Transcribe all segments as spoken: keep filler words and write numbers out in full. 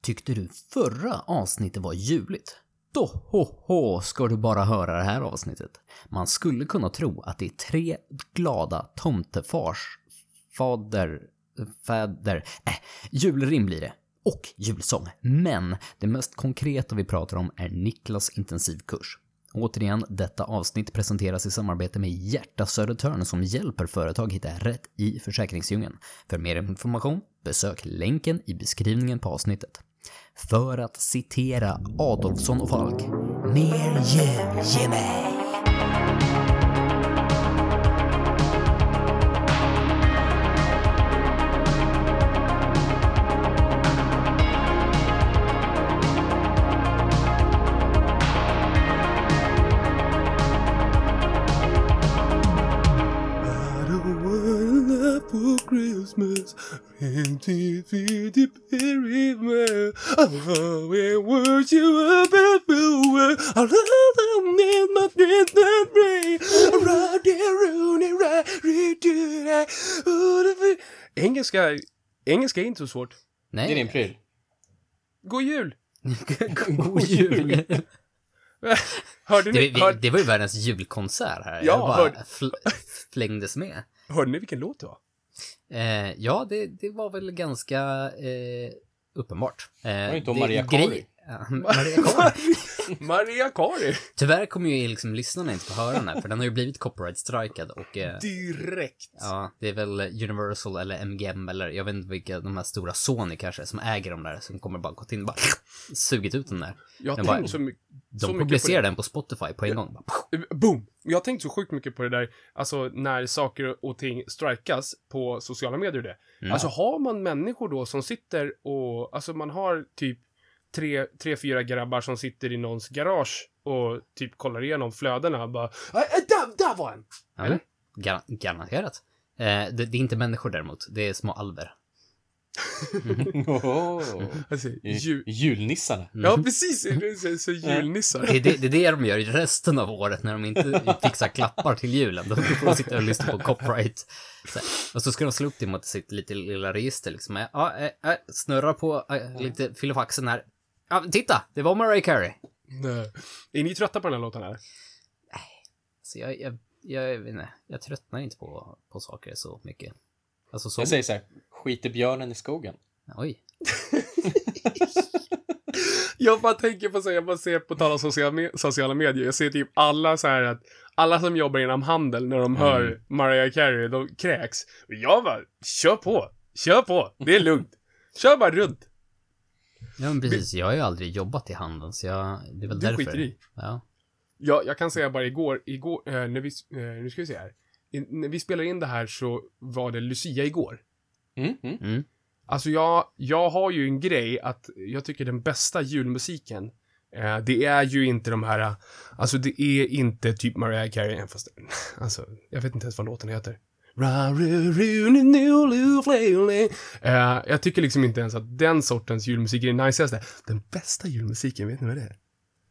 Tyckte du förra avsnittet var juligt? Då ho, ho, ska du bara höra det här avsnittet. Man skulle kunna tro att det är tre glada tomtefars fader, fäder, äh, julrim blir det. Och julsång. Men det mest konkreta vi pratar om är Niklas intensivkurs. Återigen, detta avsnitt presenteras i samarbete med Hjärta Södertörn som hjälper företag hitta rätt i försäkringsdjungeln. För mer information, besök länken i beskrivningen på avsnittet. För att citera Adolfsson och Falk. Mer jul, ge mig! Christmas and to the very well. Oh, we worship a baby. I love them in my Christmas tree. Around the room and right to that. Engelska, engelska är inte så svårt. Nej. Det är din pryl. God jul. God jul. Hörde ni? Det, Hör... det var ju världens julkonsert här. Ja, Jag bara hör... fl- flängdes med. Hörde ni vilken låt det var? Eh, ja, det, det var väl ganska eh, uppenbart. Eh, var det inte om det, Maria grej... Carey? Ja, Maria Carey. Maria Carey. Tyvärr kommer ju liksom lyssnarna inte få höra den här, för den har ju blivit copyright-strikad och... Eh, Direkt. Ja, det är väl Universal eller M G M eller jag vet inte vilka, de här stora Sony kanske, som äger de där, som kommer bara gått in och bara sugit ut den där. Jag den tänkte bara, så mycket. De publicerar den på Spotify på en gång. Bara, boom! Jag har tänkt så sjukt mycket på det där, alltså när saker och ting strikas på sociala medier det. Mm. Alltså har man människor då som sitter och, alltså man har typ tre, tre fyra grabbar som sitter i någons garage och typ kollar igenom flödena och bara, där, där var en! Ja, eller? Gar- garanterat. Eh, det, det är inte människor däremot, det är små alver. Mm. oh. Alltså, jul... Julnissarna. Mm. Ja, precis. Det är så julnissar. Det är det, det är det de gör i resten av året när de inte fixar klappar till julen. Då får de sitta och lyssna på copyright. Så, och så ska de slå upp det mot sitt lite lilla register. Liksom. Ja, äh, äh, snurra på äh, lite filofaxen här. Ja, titta! Det var Mariah Carey. Nej. Är ni trötta på den här låten här? Nej. Så jag, jag, jag, jag vet inte. Jag tröttnar inte på, på saker så mycket. Alltså, så... Jag säger så här, skiter björnen i skogen. Oj. Jag bara tänker på så jag bara ser på tal om sociala, me- sociala medier. Jag ser typ alla så här att alla som jobbar inom handel när de mm. hör Mariah Carey, de kräks. Och jag bara, kör på. Kör på. Det är lugnt. Kör bara runt. Ja, men precis. Jag har ju aldrig jobbat i handeln, så jag, det är väl du därför. Skiter i. Ja. Ja, jag kan säga bara igår, igår äh, när vi, äh, nu ska vi se här. I, när vi spelade in det här så var det Lucia igår. Mm, mm. Mm. Alltså jag, jag har ju en grej att jag tycker den bästa julmusiken, eh, det är ju inte de här, alltså det är inte typ Mariah Carey, fast alltså, jag vet inte ens vad låten heter. Eh, jag tycker liksom inte ens att den sortens julmusik är den najsigaste. Den bästa julmusiken, vet ni vad det är?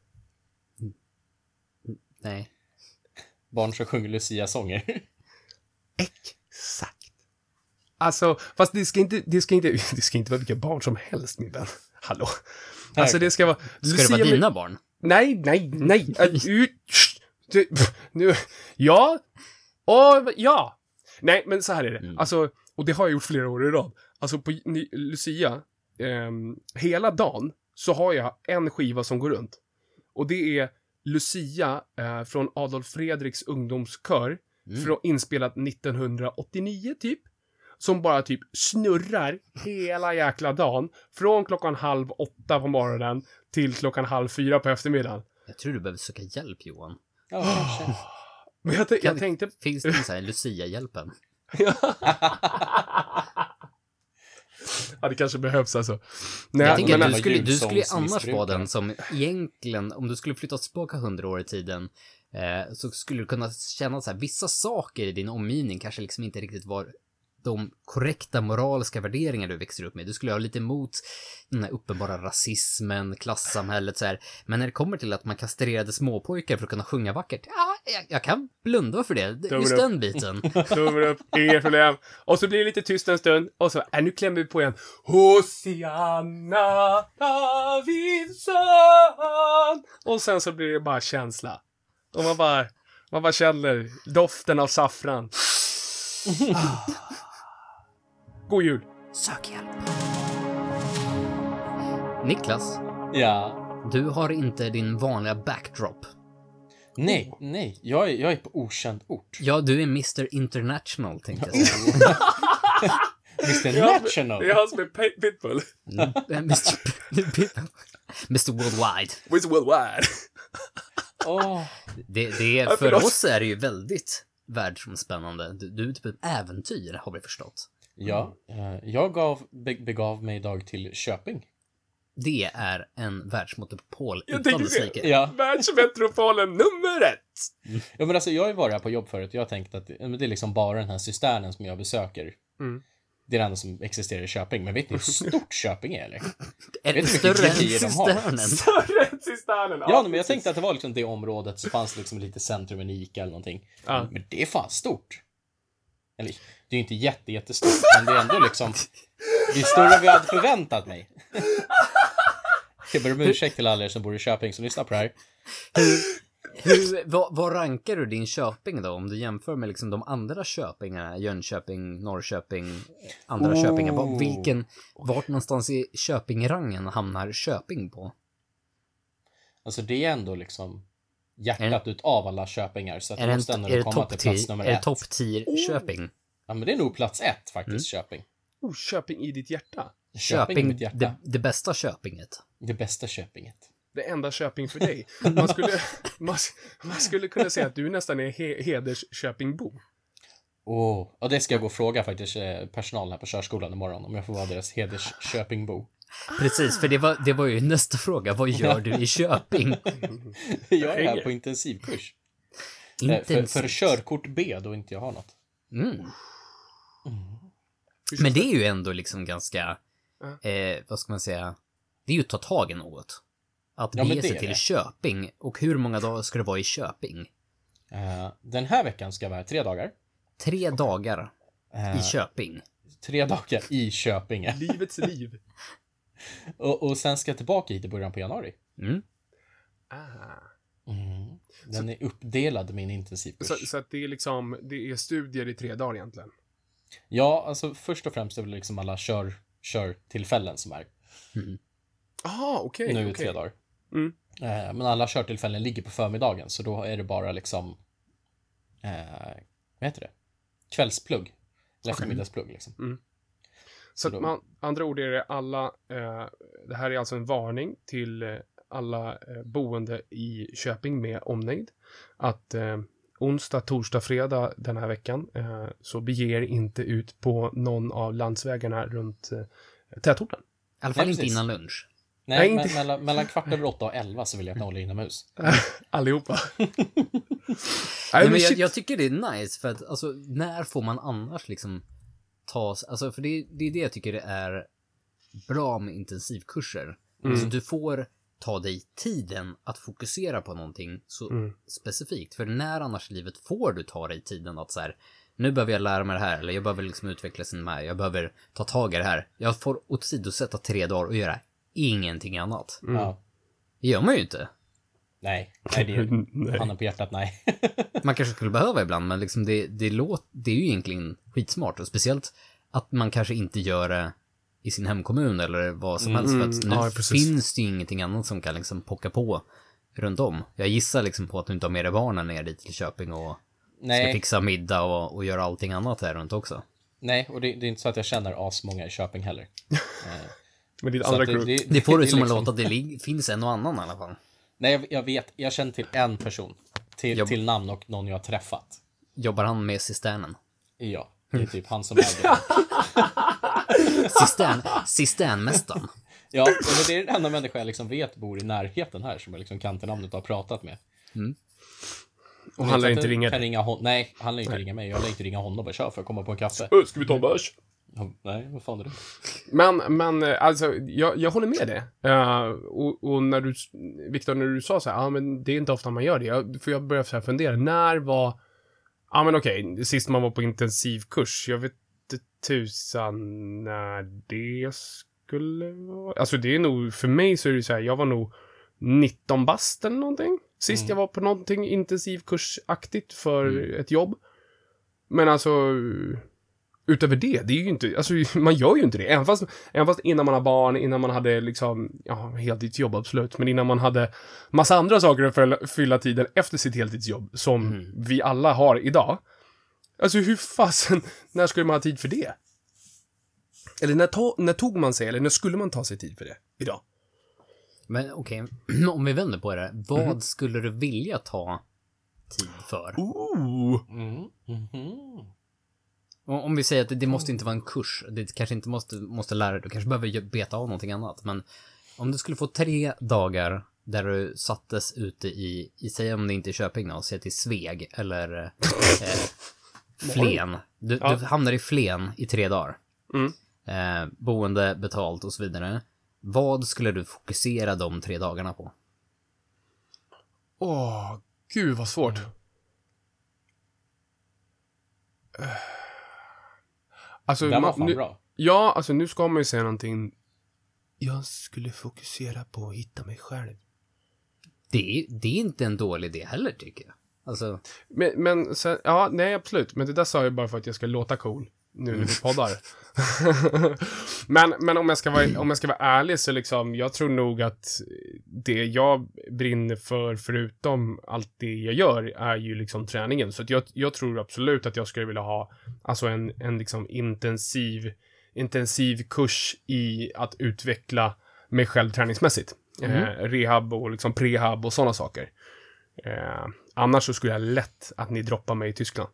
Nej. Barn som sjunger Lucia-sånger. Exakt. Alltså, fast det ska inte, det ska inte, det ska inte vara vilka barn som helst, min vän. Hallå. Alltså det ska vara... Ska det vara dina barn? Nej, nej, nej. Du, nu, ja. Och, ja. Nej, men så här är det. Mm. Alltså, och det har jag gjort flera år i rad. Alltså på Lucia, eh, hela dagen så har jag en skiva som går runt. Och det är Lucia eh, från Adolf Fredriks ungdomskör. Mm. Från, inspelat nittonhundraåttionio typ. Som bara typ snurrar hela jäkla dagen. Från klockan halv åtta på morgonen till klockan halv fyra på eftermiddagen. Jag tror du behöver söka hjälp, Johan. Ja, kanske. Men jag, t- jag tänkte... Finns det en sån här Lucia-hjälpen? Ja, det kanske behövs alltså. Nej, jag tänker men, att du skulle, du skulle annars vara den som egentligen, om du skulle flytta tillbaka hundra år i tiden, eh, så skulle du kunna känna så här, vissa saker i din omgivning kanske liksom inte riktigt var de korrekta moraliska värderingar du växer upp med. Du skulle ha lite emot den här uppenbara rasismen, klassamhället så här. Men när det kommer till att man kastrerade småpojkar för att kunna sjunga vackert, ja, jag, jag kan blunda för det. Tummen Just upp. den biten. Tummen upp, inga problem. Och så blir det lite tyst en stund. Och så, äh, nu klämmer vi på igen. Hosianna Davidsson. Och sen så blir det bara känsla. Och man bara, man bara känner doften av saffran. Ah. God jul. Sök hjälp. Niklas, Ja. du har inte din vanliga backdrop. Nej, nej. Jag är, jag är på okänd ort. Ja, du är mister International, tänkte jag säga. mister National. Det är han som är Pit- Pitbull. Mm, mister mister Worldwide. With worldwide. Åh. Det, det är, Ja, för förlåt. oss är det ju väldigt världsomspännande. Du, du är typ ett äventyr, har vi förstått. Ja, eh, jag gav, be, begav mig idag till Köping. Det är en världsmetropol Jag utan tänkte dess säga, like. Ja. världsmetropolen nummer ett. Ja, men alltså jag har ju varit här på jobb förut och jag har tänkt att ja, men det är liksom bara den här cisternen som jag besöker. Mm. Det är det enda som existerar i Köping. Men vet ni hur stort Köping är, eller? Är det Vet du hur större än mycket grejer de har? cisternen? Större än cisternen. Ja, men jag tänkte att det var liksom det området så fanns liksom lite centrum, en Ica eller någonting. Ja. Men det är fan stort. Eller, det är ju inte jätte, jättestort, men det är ändå liksom... Det är större än vad jag hade förväntat mig. Jag ber om ursäkt till alla er som bor i Köping som lyssnar på det här. Hur, vad, vad rankar du din Köping då? Om du jämför med liksom de andra Köpingarna, Jönköping, Norrköping, andra Oh. Köpingar. Vad- Vilken, vart någonstans i Köpingrangen hamnar Köping på? Alltså det är ändå liksom hjärtat utav alla Köpingar. Så att Är det det, måste en, ändå är det komma topp till plats tio, nummer är det ett. topp tio Köping? Ja, men det är nog plats ett faktiskt, Mm. Köping. Oh, Köping i ditt hjärta. Köping, i Köping, mitt hjärta. det, det bästa Köpinget. Det bästa Köpinget. Det enda Köping för dig. Man skulle, man, man skulle kunna säga att du nästan är he, heders-Köpingbo. Åh, oh. Och det ska jag gå och fråga faktiskt eh, personalen här på körskolan imorgon om jag får vara deras heders Köpingbo. Precis, för det var, det var ju nästa fråga. Vad gör du i Köping? Jag är här på intensivkurs. Eh, För, för Intensivt. körkort B då inte jag har något. Mm. Men det är ju ändå liksom ganska, eh, vad ska man säga, det är ju att ta tag i något. Att Ja, men bege det sig är till det. Köping. Och hur många dagar ska det vara i Köping? Eh, den här veckan ska jag vara här tre dagar. Tre dagar Eh, i Köping. Tre dagar i Köping. Livets liv. och, och sen ska jag tillbaka hit i början på januari. Mm. Ah. Mm. Den är uppdelad min intensivkurs. Så, så att det är liksom, det är studier i tre dagar egentligen. Ja, alltså först och främst är det liksom alla kör, körtillfällen som är. Ah, okej. nu i okej. tre dagar. Mm. Eh, men alla körtillfällen ligger på förmiddagen, så då är det bara liksom, eh, vad heter det? Kvällsplugg. Eller eftermiddagsplugg liksom. Så då- att man, andra ord är det alla, eh, det här är alltså en varning till eh, alla eh, boende i Köping med omnejd. Att eh, onsdag, torsdag, fredag den här veckan eh, så beger inte ut på någon av landsvägarna runt eh, tätorten. I alla fall Nej, inte precis. innan lunch. Nej, Nej, men inte- mellan, mellan kvart över åtta och elva så vill jag att ni håller inomhus. Allihopa. Nej, Nej, men jag, shit. jag tycker det är nice, för att alltså, när får man annars liksom ta, alltså för det, det är det jag tycker det är bra med intensivkurser. Alltså du får ta dig tiden att fokusera på någonting så Mm. specifikt. För när annars i livet får du ta dig tiden att så här, nu behöver jag lära mig det här, eller jag behöver liksom utvecklas in med, jag behöver ta tag i det här. Jag får åsidosätta tre dagar och göra ingenting annat. Ja. Det gör man ju inte. Nej, nej, det är Nej. handen på hjärtat, nej. Man kanske skulle behöva ibland, men liksom det, det, låt, det är ju egentligen skitsmart. Och speciellt att man kanske inte gör det i sin hemkommun eller vad som helst. För att nu ja, precis. finns det ju ingenting annat som kan liksom pocka på runt om. Jag gissar liksom på att du inte har med dig barnen ner dit till Köping och ska Nej, fixa middag och, och göra allting annat här runt också. nej, och det, det är inte så att jag känner asmånga i Köping heller. Eh, Med ditt så andra att det, crew. det, Det får du är som liksom- att låta att det lig- finns en och annan i alla fall. Nej, jag, jag vet, jag känner till en person. Till, Jobb- till namn och någon jag har träffat. Jobbar han med cisternen? Ja, det är typ han som äger den. Cistern, cisternmästaren. Ja, men det är den enda människa jag liksom vet bor i närheten här som jag liksom kan till namnet och har pratat med. Och han lär inte ringa kan dig. ringa hon- Nej, han lär inte ringa mig. Jag lär inte ringa honom och köra för att komma på en kaffe. Ö, Ska vi ta en bärs? Ja, nej, vad fan är det? Men, men alltså, jag, jag håller med det. Uh, och, och när du, Victor, när du sa så här, ja ah, men det är inte ofta man gör det. Jag, för jag började så här fundera, när var, ja ah, men okej, okay, sist man var på intensivkurs, jag vet inte tusan när det skulle vara. Alltså det är nog, för mig så är det så här, jag var nog nitton bast eller någonting. Sist mm. jag var på någonting intensivkursaktigt för mm. ett jobb. Men alltså... Utöver det, det är ju inte, alltså man gör ju inte det, även fast, även fast innan man har barn, innan man hade liksom, ja, heltidsjobb absolut, men innan man hade massa andra saker att fylla tiden efter sitt heltidsjobb, som mm. vi alla har idag. Alltså hur fasen, när skulle man ha tid för det? Eller när, to- när tog man sig, eller när skulle man ta sig tid för det idag? Men okej, okay. Om vi vänder på det, vad mm. skulle du vilja ta tid för? Ooh. Mm. Mm-hmm. Om vi säger att det, det måste inte vara en kurs, det kanske inte måste, måste lära dig, du kanske behöver beta av någonting annat, men om du skulle få tre dagar där du sattes ute i, i säg om det inte är Köping då, säg till Sveg eller eh, Flen, du, ja. du hamnar i Flen i tre dagar, mm. eh, boende, betalt och så vidare, vad skulle du fokusera de tre dagarna på? Åh, gud vad svårt. Uh. Alltså, det var fan nu, bra. Ja, alltså nu ska man ju säga någonting. Jag skulle fokusera på att hitta mig själv. Det, det är inte en dålig idé heller, tycker jag. Alltså... Men, men sen, ja, nej absolut. Men det där sa jag bara för att jag ska låta cool nu när vi poddar. men men om, jag ska vara, om jag ska vara ärlig så liksom, jag tror nog att det jag brinner för, förutom allt det jag gör, är ju liksom träningen. Så att jag, jag tror absolut att jag skulle vilja ha alltså en, en liksom intensiv, intensiv kurs i att utveckla mig själv träningsmässigt. Mm. Eh, rehab och liksom prehab och sådana saker. Eh, annars så skulle jag lätt att ni droppar mig i Tyskland.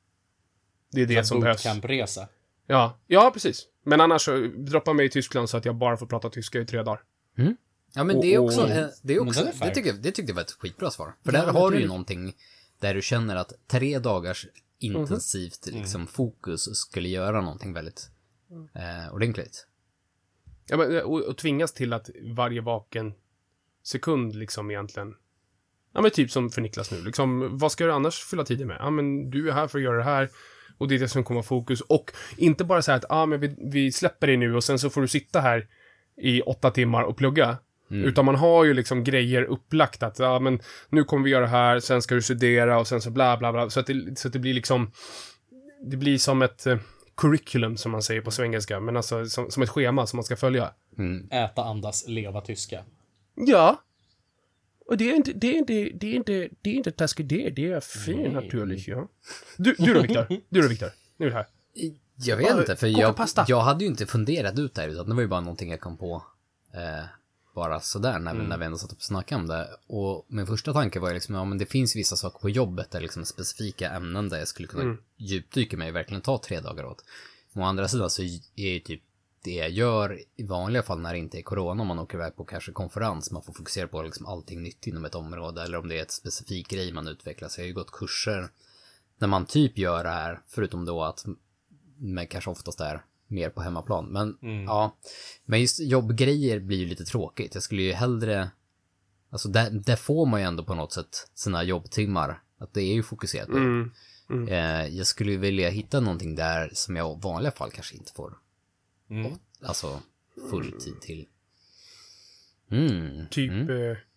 Det är det som behövs. Bootcamp-resa. Ja, ja, precis. Men annars så droppa mig i Tyskland så att jag bara får prata tyska i tre dagar. Mm. Ja, men det är också, och, och, det är också, det, det, tycker jag, det tyckte jag var ett skitbra svar. För ja, där har du ju någonting där du känner att tre dagars intensivt mm. liksom, fokus skulle göra någonting väldigt eh, ordentligt. Ja, men, och, och tvingas till att varje vaken sekund liksom egentligen. Ja, men typ som för Niklas nu. Liksom, vad ska du annars fylla tiden med? Ja, men du är här för att göra det här. Och det är det som kommer fokus. Och inte bara säga att ah, men vi, vi släpper dig nu och sen så får du sitta här i åtta timmar och plugga. Mm. Utan man har ju liksom grejer upplagt att ah, men nu kommer vi göra det här, sen ska du studera och sen så bla bla bla. Så att det, så att det blir liksom, det blir som ett eh, curriculum som man säger på svengelska. Men alltså som, som ett schema som man ska följa. Mm. Äta, andas, leva tyska. Ja. Och det är inte, det är inte, det är inte, det är inte taskigt det, det är fint naturligt, ja. Du, du då, Victor? Du då, Victor? Nu är det här. Jag vet inte, för jag, jag hade ju inte funderat ut det här, utan det var ju bara någonting jag kom på eh, bara sådär när, mm. när vi ändå satt upp och snackade om det. Och min första tanke var ju liksom, ja men det finns vissa saker på jobbet där liksom specifika ämnen där jag skulle kunna mm. djupdyka mig och verkligen ta tre dagar åt. Å andra sidan så är ju typ det jag gör i vanliga fall när det inte är corona, om man åker iväg på kanske konferens, man får fokusera på liksom allting nytt inom ett område, eller om det är ett specifik grej man utvecklar. Så jag har ju gått kurser när man typ gör det här, förutom då att man kanske oftast är mer på hemmaplan. Men mm. ja, men just jobbgrejer blir ju lite tråkigt. Jag skulle ju hellre, alltså där, där får man ju ändå på något sätt sina jobbtimmar, att det är ju fokuserat på. Mm. Mm. Eh, jag skulle ju vilja hitta någonting där som jag i vanliga fall kanske inte får. Mm. Alltså full tid till. Mm. Typ mm. Eh,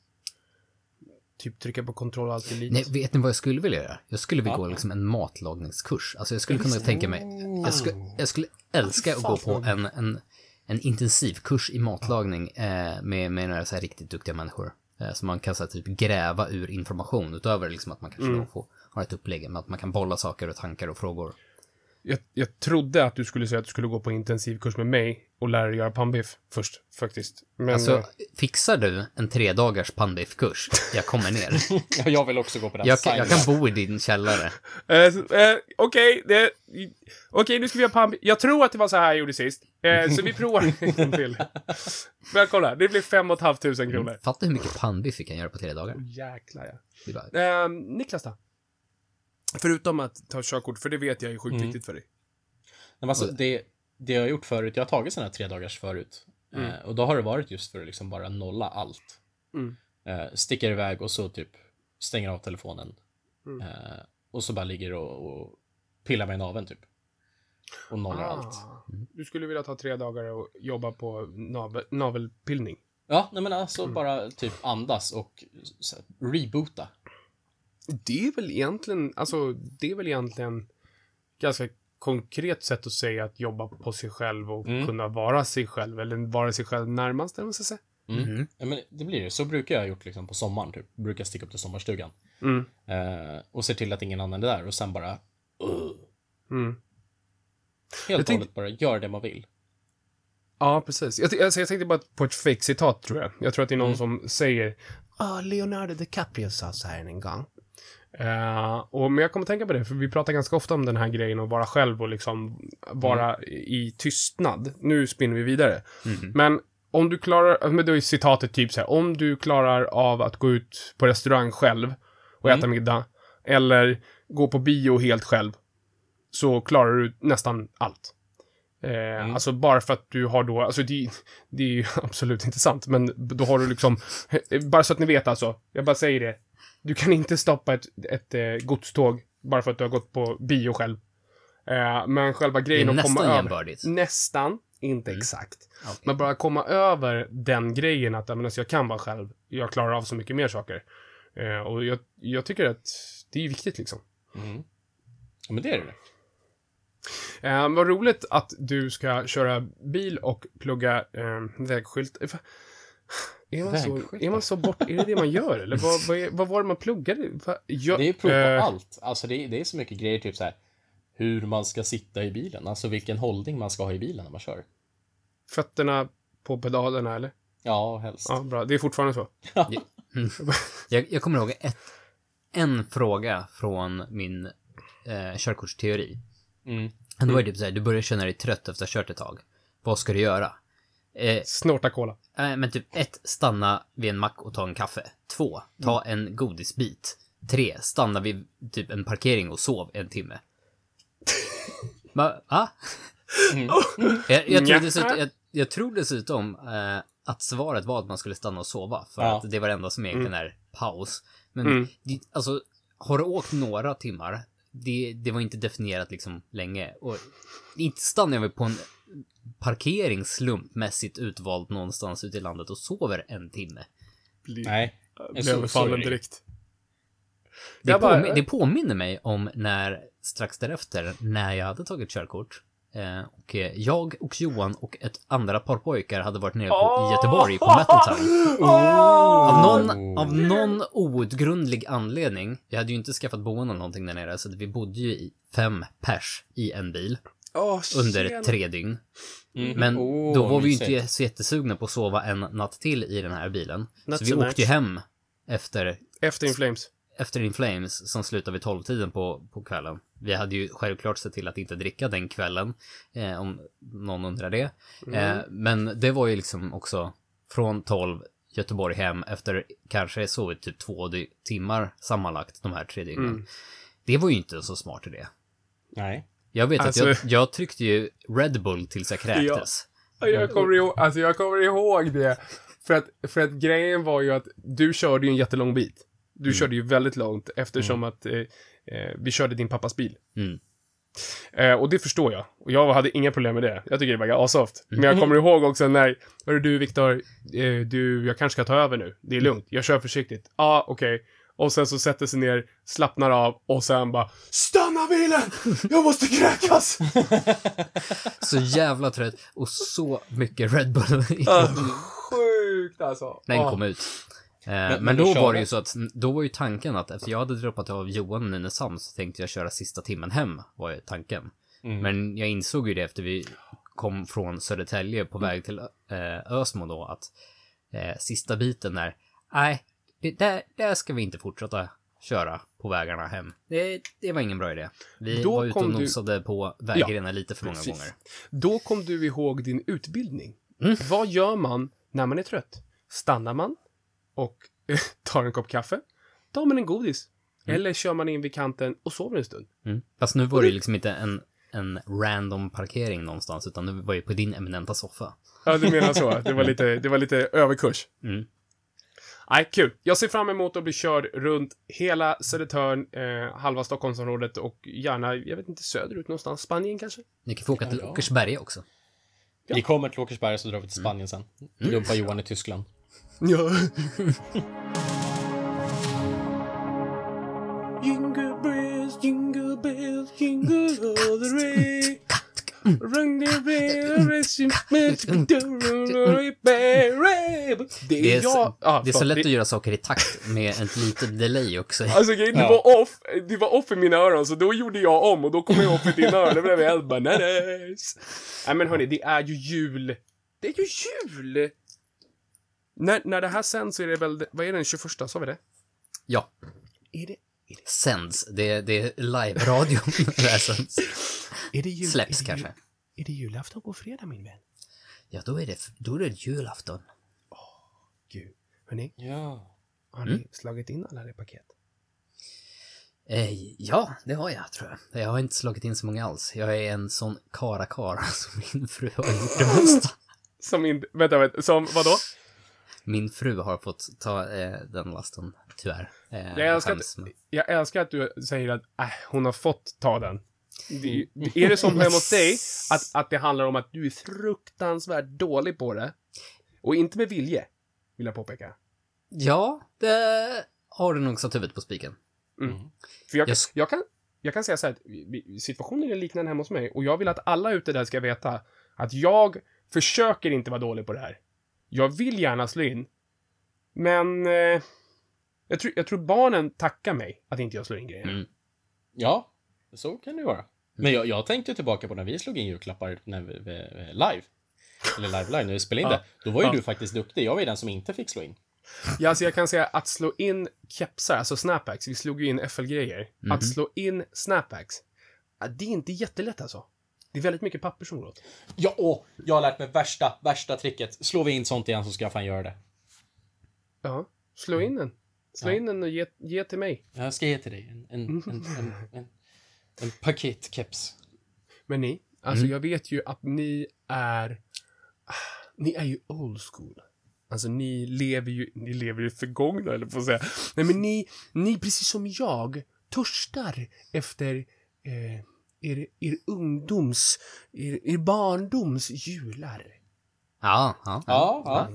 typ trycka på kontroll alltid lite. Nej, vet ni vad jag skulle vilja göra? Jag skulle vilja ja. gå liksom en matlagningskurs. Alltså jag skulle kunna tänka mig, jag skulle, jag skulle älska att gå på en, en, en intensivkurs i matlagning eh, med, med några så här riktigt duktiga människor. Eh, så man kan så här, typ gräva ur information utöver liksom att man kanske mm. får ha ett upplägg med att man kan bolla saker och tankar och frågor. Jag, jag trodde att du skulle säga att du skulle gå på intensivkurs med mig och lära dig göra pannbiff först, faktiskt. Men, alltså, fixar du en tre dagars pannbiffkurs? Jag kommer ner. Jag vill också gå på den. Jag, kan, jag kan bo i din källare. uh, uh, Okej, okay, okay, nu ska vi göra pannbiff. Jag tror att det var så här jag gjorde sist. Uh, så vi provar en gång till. Men kolla, det blir fem och ett halvt tusen kronor. Fatta hur mycket pannbiff vi kan göra på tre dagar. Oh, jäklar, ja. Bara... Uh, Niklas då? Förutom att ta körkort, för det vet jag är sjukt Mm. viktigt för dig. Men alltså, det, det jag har gjort förut, jag har tagit sådana här tre dagars förut. Mm. Eh, och då har det varit just för att liksom bara nolla allt. Mm. Eh, sticker iväg och så typ stänger av telefonen. Mm. Eh, och så bara ligger och, och pillar mig i naveln typ. Och nollar Ah. allt. Du skulle vilja ta tre dagar och jobba på navel, navelpillning. Ja, nej men alltså Mm. bara typ andas och så, här, reboota. Det är väl egentligen, alltså det är väl egentligen ganska konkret sätt att säga att jobba på sig själv och Mm. kunna vara sig själv, eller vara sig själv närmast, eller vad man ska säga. Mm. Mm. Ja, men det blir det. Så brukar jag ha gjort liksom på sommaren typ. Brukar sticka upp till sommarstugan. Mm. Eh, och se till att ingen annan är där och sen bara uh, Mm. helt och tänk- hållet bara gör det man vill. Ja, precis. Jag, alltså, jag tänkte bara på ett fake-citat, tror jag. Jag tror att det är någon Mm. som säger ah, Leonardo DiCaprio sa så här en gång. Uh, och, men jag kommer tänka på det, för vi pratar ganska ofta om den här grejen att vara själv och liksom vara Mm. i tystnad. Nu spinner vi vidare. Mm. Men om du klarar, men då är citatet typ så här, om du klarar av att gå ut på restaurang själv och äta Mm. middag, eller gå på bio helt själv, så klarar du nästan allt. Eh, Mm. Alltså bara för att du har då, alltså det, det är ju absolut inte sant, men då har du liksom, bara så att ni vet alltså, jag bara säger det, du kan inte stoppa ett, ett eh, godståg bara för att du har gått på bio själv. Eh, men själva Det grejen är att komma nästan över, jämbördigt. nästan, inte Mm. exakt. Okay. Men bara komma över den grejen att men, alltså, jag kan vara själv. Jag klarar av så mycket mer saker. Eh, och jag, jag tycker att det är viktigt liksom. Mm. Ja, men det är det. Eh, vad roligt att du ska köra bil och plugga eh, vägskylt. Eh, Är man, så, Vägskyltar? är man så bort... Är det det man gör? Eller vad, vad, är, vad var det man pluggade? Va, jag, Det är ju prov på eh, allt. Alltså det är, det är så mycket grejer, typ så här hur man ska sitta i bilen. Alltså vilken hållning man ska ha i bilen när man kör. Fötterna på pedalerna, eller? Ja, helst. Ja, bra. Det är fortfarande så. Jag, jag kommer ihåg ett, en fråga från min eh, körkortsteori. Mm. Och då var det typ såhär, du börjar känna dig trött efter att ha kört ett tag. Vad ska du göra? Eh, Snorta cola. eh, men typ ett, stanna vid en mack och ta en kaffe. Två, ta en godisbit. Tre, stanna vid typ en parkering och sov en timme. Va? Va? Mm. Jag, jag, tror Nja. dessutom, jag, jag tror dessutom eh, att svaret var att man skulle stanna och sova. För Ja. att det var det enda som egentligen är paus. Men Mm. det, alltså, har du åkt några timmar, det, det var inte definierat liksom länge. Och inte stannar jag väl på en parkering slumpmässigt utvald någonstans ute i landet och sover en timme. Blir, Nej. blir så- så är överfallen det ju. direkt. Det, Jag bara- påmi- det påminner mig om när, strax därefter, när jag hade tagit körkort. Eh, och eh, jag och Johan och ett andra par pojkar hade varit nere på, i Göteborg på Metal Town. Av någon, av någon outgrundlig anledning, vi hade ju inte skaffat boende eller någonting där nere, så att vi bodde ju i fem pers i en bil Åh, under tjena. tre dygn. Mm. Men Åh, då var vi ju mysigt. inte så jättesugna på att sova en natt till i den här bilen. Not så vi so åkte much. ju hem efter, Efter In Flames. efter In Flames som slutade vid tolv-tiden på, på kvällen. Vi hade ju självklart sett till att inte dricka den kvällen, eh, om någon undrar det. Eh, men det var ju liksom också från tolv Göteborg hem efter kanske sovit typ två dy- timmar sammanlagt de här tre dygnen. Mm. Det var ju inte så smart idé. Nej. Jag vet Alltså- att jag, jag tryckte ju Red Bull tills jag kräktes. Jag kommer, ihåg, alltså jag kommer ihåg det. För att, för att grejen var ju att du körde ju en jättelång bit. Du körde ju väldigt långt eftersom att eh, eh, vi körde din pappas bil. Mm. Eh, och det förstår jag. Och jag hade inga problem med det. Jag tycker det var asoft. Men jag kommer ihåg också när, hörru du Viktor, eh, du, jag kanske ska ta över nu. Det är lugnt, jag kör försiktigt. Ja, ah, okej. Okay. Och sen så sätter sig ner, slappnar av och sen bara stanna bilen! Jag måste kräkas! Så jävla trött och så mycket Red Bull i Ah, kroppen sjukt alltså. när den Ah. kom ut. Eh, men men då du var körde? det ju så att, då var ju tanken att efter jag hade droppat av Johan i Nynäshamn så tänkte jag köra sista timmen hem, var ju tanken. Mm. Men jag insåg ju det efter vi kom från Södertälje på väg till eh, Ösmo då, att eh, sista biten är, nej, det där, där ska vi inte fortsätta köra på vägarna hem. Det, det var ingen bra idé. Vi Då var ute och kom du- nosade på vägrenen lite för många precis. gånger. Då kom du ihåg din utbildning. Mm. Vad gör man när man är trött? Stannar man och tar en kopp kaffe? Tar man en godis? Eller kör man in vid kanten och sover en stund. Mm. Fast nu var det ju liksom inte en, en random parkering någonstans, utan nu var ju på din eminenta soffa. Ja, du menar så. Det var lite, det var lite överkurs. Mm. Nej, kul. Jag ser fram emot att bli körd runt hela Södertörn, eh, halva Stockholmsområdet och gärna, jag vet inte, söderut någonstans. Spanien kanske? Ni kan få åka till Åkersberga också. Ja. Vi kommer till Åkersberga så drar vi till Spanien sen. Dumpa Johan i Tyskland. Ja. Jingle bells, jingle bells, jingle all the way. Rung the bell, racing Det är jag. Ah, det är så lätt att göra saker i takt med ett litet delay också. Alltså det Ja. var off, det var off i mina öron, så då gjorde jag om och då kom jag off i dina öron. Det blev helt bananas. Nej men hörni, det är ju jul. Det är ju jul. När, när det här sänds så är det väl, vad är det, den tjugoförsta, sa vi det? Ja. Är det, Sänds. Det, det är live-radio när det här sänds. är det jul? Släpps är det kanske. Jul, är det julafton på fredag, min vän? Ja, då är det, då är det julafton. Gud. Hörni, Ja. har ni Mm. slagit in alla era paket? Eh, ja, det har jag, tror jag. Jag har inte slagit in så många alls. Jag är en sån karakar som min fru har gjort det mesta. Som in, vänta, vänta, som vadå? Min fru har fått ta eh, den lasten, tyvärr. Eh, Jag älskar, att, skäms, men- jag älskar att du säger att äh, hon har fått ta den. Det, det, är det som hemma hos dig, att, att det handlar om att du är fruktansvärt dålig på det? Och inte med vilje, vill jag påpeka. Ja, det har du nog satt huvudet på spiken. Mm. För jag, Jag sk- jag, kan, jag kan säga så här att vi- situationen är liknande hemma hos mig. Och jag vill att alla ute där ska veta att jag försöker inte vara dålig på det här. Jag vill gärna slå in. Men eh, jag, tror, jag tror barnen tackar mig att inte jag slår in grejer. Mm. Ja, så kan det vara. Men jag, jag tänkte tillbaka på när vi slog in julklappar när vi, vi, vi, live. Eller live live, när vi spelade in Ja. det. Då var ju Ja. du faktiskt duktig. Jag var ju den som inte fick slå in. Ja, alltså jag kan säga att slå in kepsar, alltså snapbacks, vi slog ju in F L-grejer. Mhm. Att slå in snapbacks, ja, det är inte jättelätt alltså. Det är väldigt mycket papper som går åt. Ja, åh, jag har lärt mig värsta, värsta tricket. Slår vi in sånt igen så ska jag fan göra det. Ja, slå in den. Slå Ja. in den och ge, ge till mig. Jag ska ge till dig en, en, en, en, en, en paketkeps. Men ni, alltså Mm. jag vet ju att ni är, ah, ni är ju old school. Alltså ni lever ju, ni lever i förgångna, eller på att säga. Nej men ni, ni precis som jag, törstar efter eh, er, er ungdoms, er, er barndoms jular. Ja, ja. Ja, ja.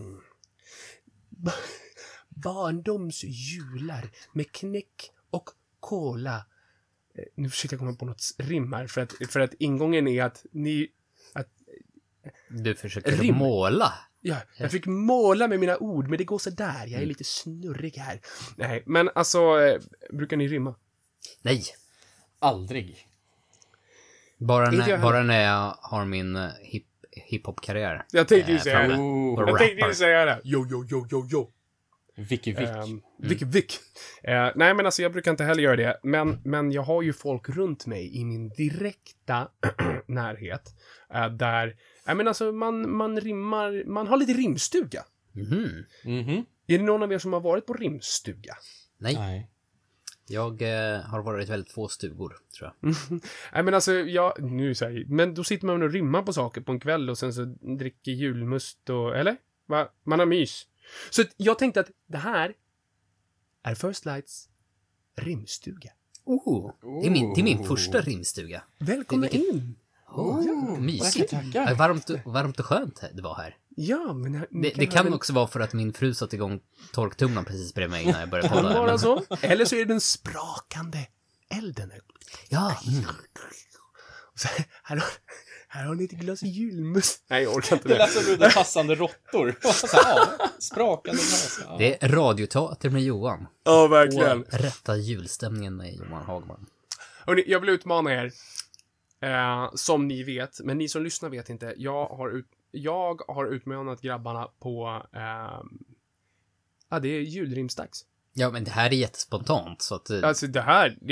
Ba- barndoms jular med knäck och cola. Eh, nu försöker jag komma på något rim här, för att, för att ingången är att ni, att, Du försöker Rim. måla. ja, jag fick måla med mina ord, men det går så där. Jag är lite snurrig här. Nej, men alltså, eh, brukar ni rimma? Nej, Aldrig. bara Inte jag när, heller. bara när jag har min eh, hip, hiphop-karriär. Jag tänkte ju Eh, säga framme. det. Oh, Och Jag tänkte ju rappar. säga det. Jo, jo, jo, jo, jo. Vicky Vick. Um, Vick, Vick. Eh, nej, men alltså jag brukar inte heller göra det. Men, men jag har ju folk runt mig i min direkta närhet. Eh, där, nej men alltså man, man rimmar, man har lite rimstuga. Mhm. Mhm. Är det någon av er som har varit på rimstuga? Nej, Nej. jag eh, har varit väldigt få stugor, tror jag. Nej men alltså, jag, nu säger jag, men då sitter man och rimmar på saker på en kväll och sen så dricker julmust och, eller? Va? Man har mys. Så att jag tänkte att det här är First Lights rimstuga. Oh, det, är min, det är min första rimstuga. Välkomna Vilket- in! Oh, mysigt. tackar, tackar. Ja, Varmt, varmt och skönt det var här. Ja, men... här- ni Det, det kan även- också vara för att min fru satte igång torktumlaren precis bredvid mig när jag började Kan podda. vara men- så. Eller så är det den sprakande elden. Ja, mm. Och så, här, har, här har ni ett glas julmust. Nej, jag orkar inte Det det. lät som du passande råttor. Så här, ja, sprakande glas. Ja. det är radioteater med Johan. Ja, verkligen. Och rätta julstämningen med Johan Hagman. Hörrni, jag vill utmana er. Eh, som ni vet, men ni som lyssnar vet inte. Jag har, ut, jag har utmanat grabbarna på... Eh, ja, det är julrimsdags. Ja, men det här är jättespontant så att... eh, Alltså det här, jag,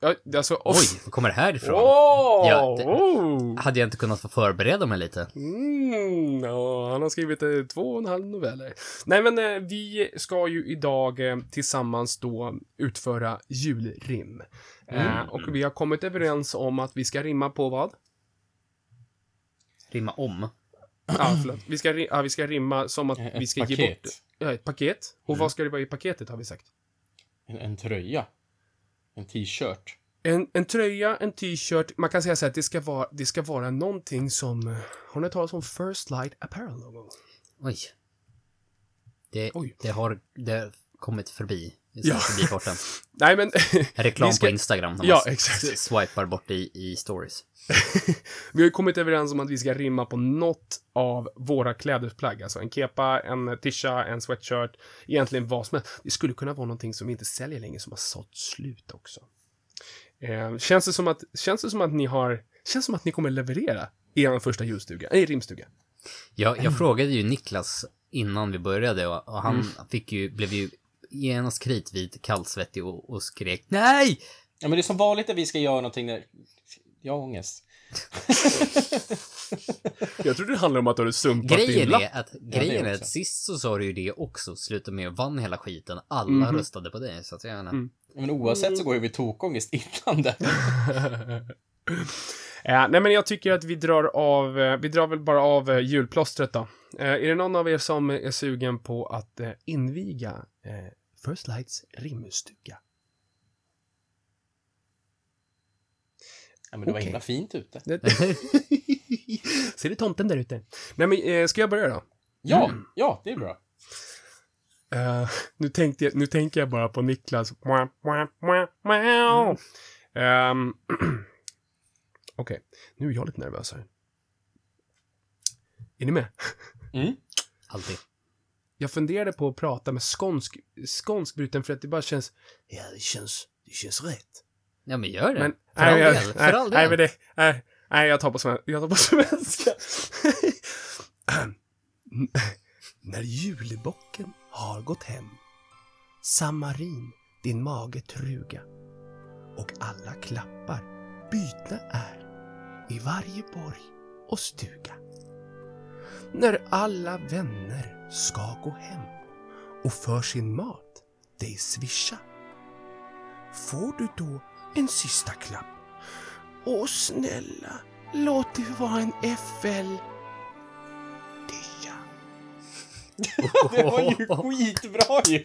Ja, alltså, oh. Oj, var kommer det här ifrån? Oh, Ja, det- oh. Hade jag inte kunnat få förbereda mig lite? Mm, ja, han har skrivit eh, två och en halv noveller. Nej, men eh, vi ska ju idag eh, tillsammans då utföra julrim. Eh, Mm. och vi har kommit överens om att vi ska rimma på vad? Rimma om. Ja, förlåt. Vi ska, ri- ja, vi ska rimma som att Ett vi ska paket. ge bort ja, ett paket. Och vad ska det vara i paketet, har vi sagt? En, en tröja. En t-shirt. En, en tröja, en t-shirt. Man kan säga så här att det ska vara, det ska vara någonting som... eh, Har ni talat om First Light Apparel någon gång? Oj. Det, Oj. det har det har kommit förbi. Ja. Förbi farten. Nej, men... Reklam vi ska- på Instagram. När Ja, man exakt. s- swipar bort i, i stories. Vi har ju kommit överens om att vi ska rimma på något av våra klädesplagg. Alltså en kepa, en tisha, en sweatshirt. Egentligen vad som helst. Det skulle kunna vara någonting som vi inte säljer längre, som har sålt slut också. Eh, känns det som att, känns det som att ni har, känns som att ni kommer leverera i er första julstuga, nej, rimstuga. Jag, jag frågade ju Niklas innan vi började och, och han Mm. fick ju, blev ju genast kritvit, kallsvettig och, och skrek nej! Ja, men det är som vanligt att vi ska göra någonting där... Jag har ångest. Jag tror det handlar om att du har sumpat din Grejen lapp. är att, det grejen är också. att sist så sa du ju det också, slutade med att vann hela skiten. Alla Mhm. röstade på det, så att jag menar. Mm. Men oavsett så går ju vi tokångest innan det. Ja, nej, men jag tycker att vi drar av, eh, vi drar väl bara av eh, julplåstret då. Eh, är det någon av er som är sugen på att eh, inviga eh, First Lights rimstuga? Ja, men det var Okej. himla fint ute. Ser du tomten där ute? Nej, men eh, ska jag börja då? Ja, ja, det är bra. Eh, nu, tänkte jag, nu tänker jag bara på Niklas. Mwah, mwah, mwah, mwah. Ehm, Okej, nu är jag lite nervös här. Är ni med? Mm. Alltid. Jag funderade på att prata med skånsk, skånskbruten för att det bara känns... Ja, det känns, det känns rätt. Ja, men gör det. Men, för all jag, del. För nej, all nej, del. men det, nej, nej, jag tar på svenska. Jag tar på svenska. När julebocken har gått hem, Samarin, din mage truga, och alla klappar bytna är i varje borg och stuga. När alla vänner ska gå hem och för sin mat dig swisha, får du då en sista klapp. Åh snälla, låt det vara en F L. Dia. Det var ju skitbra ju!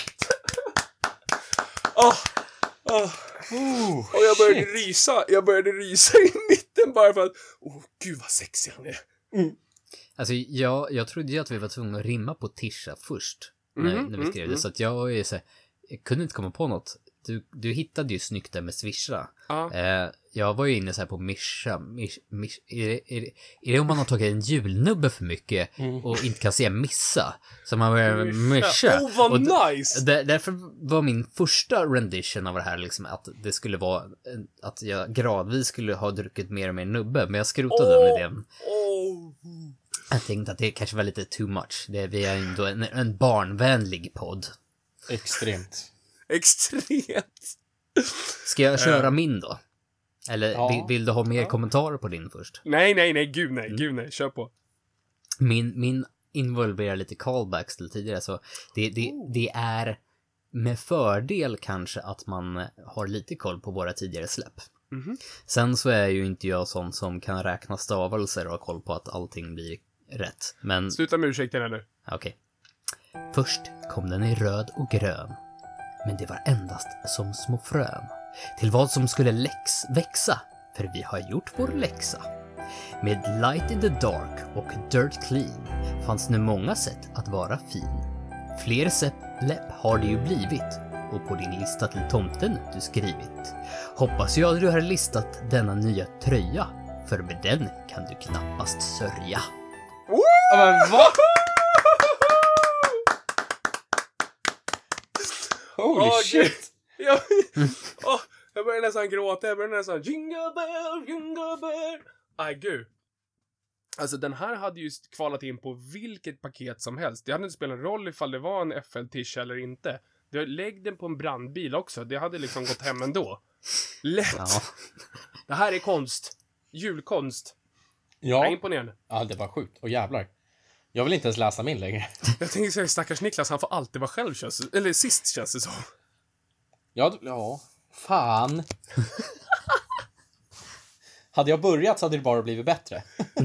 Oh, oh. Oh, Och jag började shit. rysa. Jag började rysa i mitten bara för att... Åh, oh, gud vad sexig han är. Alltså, jag, jag trodde ju att vi var tvungna att rimma på Tisha först. När, Mhm, när vi skrev mm, det. Så att jag var ju så här, jag kunde inte komma på något. Du, du hittade ju snyggt där med swisha. Ja. Eh, jag var ju inne så här på mischa. Mish, mish, är, det, är, det, är det om man har tagit en julnubbe för mycket och inte kan säga missa? Så man börjar mischa. Åh, vad Och d- nice! Där, därför var min första rendition av det här liksom att det skulle vara en- att jag gradvis skulle ha druckit mer och mer nubbe. Men jag skrotade den idén. Åh. Jag tänkte att det kanske var lite too much. Det, vi är ändå en, en barnvänlig podd. Extremt. Extremt. Ska jag köra min då? Eller Ja. vill, vill du ha mer kommentarer på din först? Nej, nej, nej, gud nej, Mm. gud nej, kör på. Min, min involverar lite callbacks till tidigare, så det, det, det är med fördel kanske att man har lite koll på våra tidigare släpp. Mhm. Sen så är ju inte jag sån som kan räkna stavelser och ha koll på att allting blir rätt. Men Sluta med ursäkterna nu. okej. Först kom den i röd och grön. Men det var endast som små frön. Till vad som skulle läx växa. För vi har gjort vår läxa. Med light in the dark och dirt clean fanns nu många sätt att vara fin. Fler läpp har det ju blivit. Och på din lista till tomten du skrivit. Hoppas jag du har listat denna nya tröja. För med den kan du knappast sörja. Ja, men vad? Holy Åh, shit! gud. Jag, åh, jag börjar nästan gråta. Jag börjar nästan... Jingle bell, jingle bell. Aj, gud. Alltså, den här hade ju kvalat in på vilket paket som helst. Det hade inte spelat roll ifall det var en F L-tisha eller inte. Du lägg den på en brandbil också. Det hade liksom gått hem ändå. Lätt. Ja. Det här är konst. Julkonst. Jag är Ja. imponerande. Ja, det var sjukt. Och jävlar. Jag vill inte ens läsa min längre. Jag tänker säga, stackars Niklas, han får alltid vara själv, känns det- eller sist känns det som. Ja, d- ja. Fan. Hade jag börjat så hade det bara blivit bättre.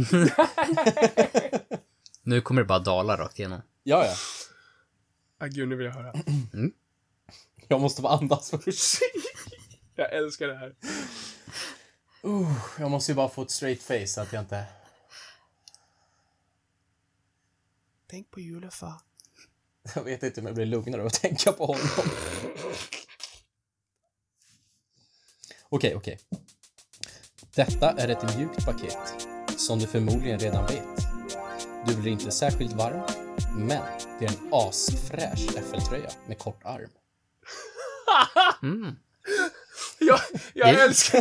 Nu kommer det bara dala rakt igenom. Ja, ja. Ah, gud, nu vill jag höra. Jag måste bara andas först. Jag älskar det här. Uh, jag måste ju bara få ett straight face så att jag inte... Tänk på julafar. Jag vet inte om jag blir lugnare av att tänka på honom. Okej, okej. Detta är ett mjukt paket, som du förmodligen redan vet. Du blir inte särskilt varm, men det är en asfräsch äffeltröja med kort arm. Mm. Jag, jag Det- älskar...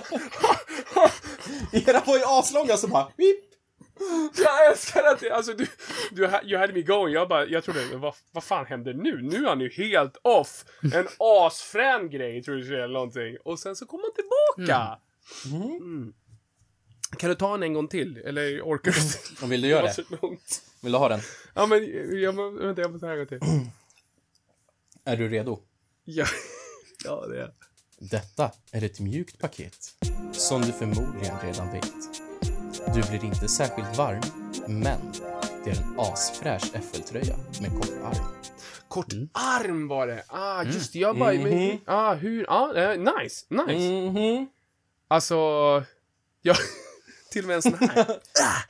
Era var ju aslånga så bara... Vip. Jag älskar att det, alltså du, du ha- you had me going. Jag bara, jag trodde, vad, vad fan händer nu? Nu är han ju helt off. En asfrän grej, tror du, eller någonting. Och sen så kommer han tillbaka. Mm. Kan du ta en en gång till? Eller orkar du inte? Om vill du Det göra var det? så långt. Vill du ha den? Ja, men jag, må- vänta, jag måste här en gång till. Är du redo? Ja, ja det är. Detta är ett mjukt paket, som du förmodligen redan vet. Du blir inte särskilt varm, men det är en asfräsch äffeltröja med kort arm. Kort arm var det. Ah, just det. Jag bara, men, ah, hur, ah, eh, nice, nice. Mhm. Alltså, ja, till och med en sån här.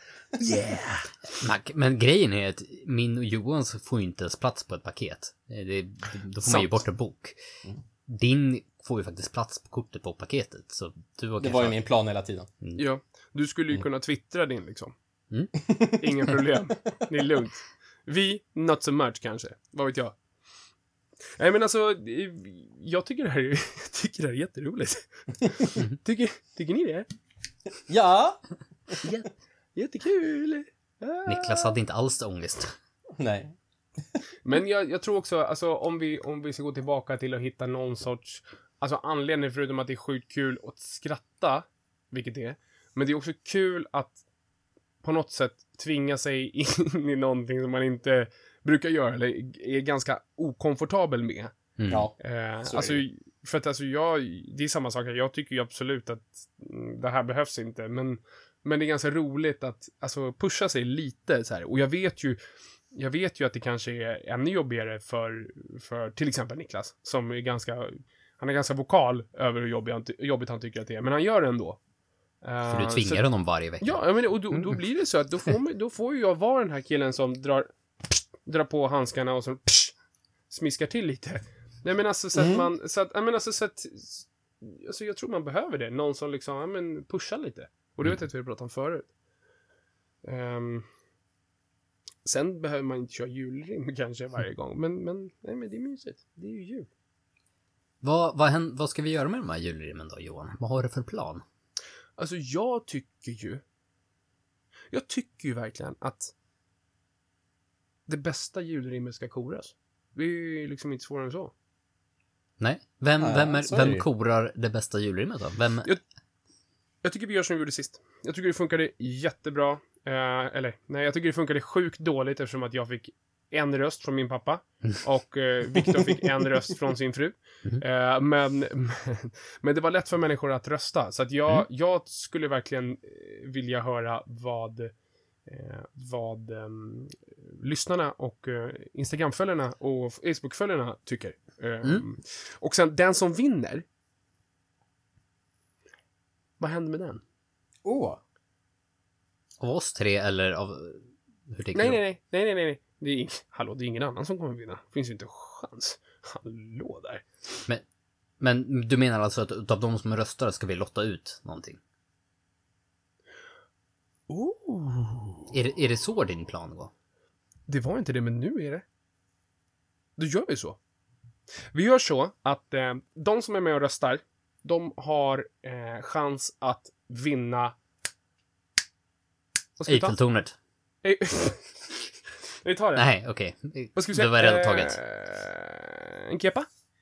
Men, men grejen är att min och Johans får ju inte ens plats på ett paket. Det, det, då får man ju Sant. bort en bok. Din får ju faktiskt plats på kortet på paketet. Så du har Det var ju min plan hela tiden. Ja, du skulle ju kunna twittra din liksom. Mm. Inga problem. Det är lugnt. Vi, not so much kanske. Vad vet jag. Nej, men alltså, eh, jag tycker det här är, jag tycker det här är jätteroligt. tycker, tycker ni det? Ja! Jättekul. Ah. Niklas hade inte alls ångest. Nej. Men jag, jag tror också, alltså om vi, om vi ska gå tillbaka till att hitta någon sorts, alltså anledning förutom att det är sjukt kul att skratta, vilket det är, men det är också kul att på något sätt tvinga sig in i någonting som man inte brukar göra eller är ganska okomfortabel med. Mm. Ja. Eh, Så är alltså, det. för att alltså jag, det är samma sak, jag tycker ju absolut att mm, det här behövs inte, men, men det är ganska roligt att alltså, pusha sig lite så här. Och jag vet ju jag vet ju att det kanske är ännu jobbigare för, för till exempel Niklas, som är ganska, han är ganska vokal över hur jobbig han, jobbigt han tycker att det är, men han gör det ändå. Uh, För du tvingar så, honom varje vecka. ja, men, och då, då blir det så att då får, man, då får ju jag vara den här killen som drar, drar på handskarna och så psh, smiskar till lite. Nej, men alltså så att Mm. man, så att, jag menar alltså så att, alltså jag tror man behöver det. Någon som liksom, ja men pushar lite. Och det vet jag att vi har pratat om förut. Um, sen behöver man inte köra julrim kanske varje gång. Men, men, nej men det är mysigt. Det är ju jul. Vad, vad, hän- vad ska vi göra med de här julrimmen då, Johan? Vad har du för plan? Alltså jag tycker ju, jag tycker ju verkligen att det bästa julrimmet ska koras. Det är ju liksom inte svårare än så. Nej? Vem, Ja, vem, är, så är det vem ju. korar det bästa julrimmet då? Vem? Jag, jag tycker vi gör som vi gjorde sist. Jag tycker det funkade jättebra. Eh, eller, nej, jag tycker det funkade sjukt dåligt eftersom att jag fick en röst från min pappa. Och eh, Viktor fick en röst från sin fru. Eh, men, men det var lätt för människor att rösta. Så att jag, Mm. jag skulle verkligen eh, vilja höra vad, eh, vad eh, lyssnarna och eh, Instagram-följarna och Facebook-följarna tycker. Eh, Mm. Och sen den som vinner, vad händer med den? Åh. Av oss tre eller av... Hur tänker Nej, du? nej, nej, nej, nej, nej. Det är, ing- hallå, det är ingen annan som kommer vinna. Det finns ju inte en chans. Hallå där. Men, men du menar alltså att av de som röstar ska vi lotta ut någonting? Oh. Är det, är det så din plan går? Det var inte det, men nu är det. Då gör vi så. Vi gör så att eh, de som är med och röstar, de har eh, chans att vinna... Vad ska vi ta? Eiffeltornet? Eh, vi tar det. Nej, okej. Vad ska vi säga? Det var redan taget. Eh, en kepa?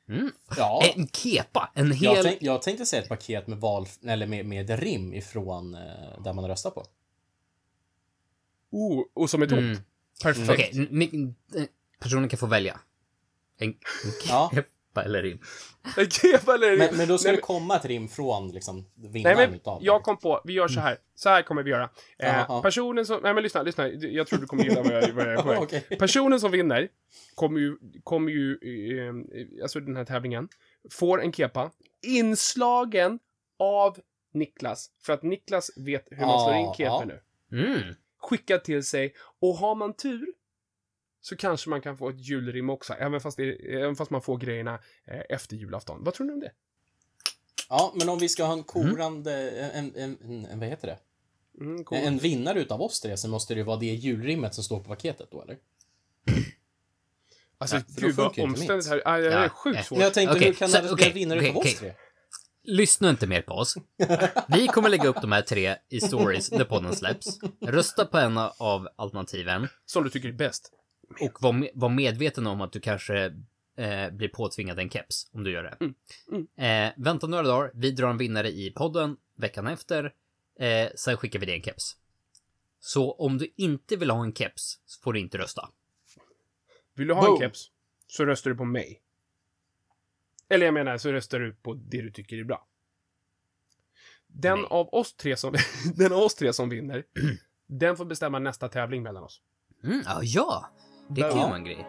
Mm. Ja. En kepa, en hel... Jag, tänk, jag tänkte säga ett paket med, val, eller med, med rim ifrån eh, där man röstar på. Oh, och som är tomt. Mm. Perfekt. Okej, ni- personen kan få välja. En, en Ja. kepa eller rim. En kepa eller... Men, men då ska Nej, det komma ett rim från liksom, Nej, vinnaren men utav jag det. kom på, vi gör så här. Så här kommer vi göra. Eh, Jaha. personen som, nej men lyssna, lyssna. Jag tror du kommer gilla vad jag, vad jag är på väg. Okej. Personen som vinner kommer ju, kommer ju, eh, alltså den här tävlingen, får en kepa inslagen av Niklas. För att Niklas vet hur man slår in Ja, kepa ja. nu. Mm. Skickad till sig. Och har man tur så kanske man kan få ett julrim också. Även fast, det, även fast man får grejerna eh, efter julafton. Vad tror ni om det? Ja, men om vi ska ha en korande, en, en, en, en vad heter det? Mm, cool. En vinnare utav oss tre, så måste det ju vara det julrimmet som står på paketet då, eller? Alltså, Ja, för då gud vad funkar ju inte omständigt här. Ah, det här är sjukt svårt. Men jag tänkte, Okej, hur kan så- det bli okej, en vinnare okej, utav okej. oss tre? Lyssna inte mer på oss. Vi kommer lägga upp de här tre i stories när podden släpps. Rösta på en av alternativen. Som du tycker är bäst. Och var, me- var medveten om att du kanske eh, blir påtvingad en keps om du gör det. Mm, mm. Eh, vänta några dagar, vi drar en vinnare i podden veckan efter. Eh, sen skickar vi dig en keps. Så om du inte vill ha en keps så får du inte rösta. Vill du ha Boom. en keps så röstar du på mig. Eller jag menar, så röstar du på det du tycker är bra. Den Nej. av oss tre som den av oss tre som vinner, den får bestämma nästa tävling mellan oss. Mm, ja, ja, det kan ju vara en grej.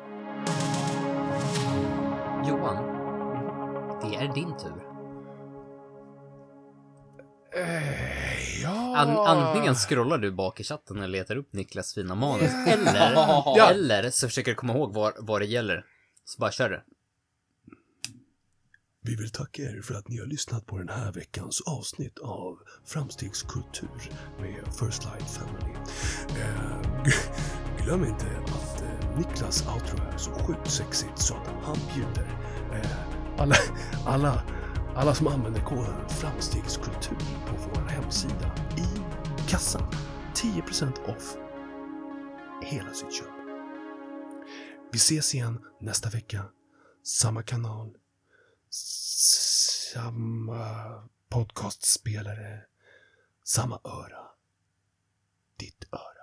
Johan, det är din tur. Eh, ja. An- antingen scrollar du bak i chatten och letar upp Niklas fina manus, eller, Ja. eller så försöker du komma ihåg vad, vad det gäller. Så bara kör det. Vi vill tacka er för att ni har lyssnat på den här veckans avsnitt av Framstegskultur med First Light Family. Eh, glöm inte att eh, Niklas outro är så sjukt sexigt så att han bjuder eh, alla, alla, alla som använder koden Framstegskultur på vår hemsida i kassan. tio procent off hela sitt köp. Vi ses igen nästa vecka. Samma kanal. Samma podcastspelare. Samma öra. Ditt öra.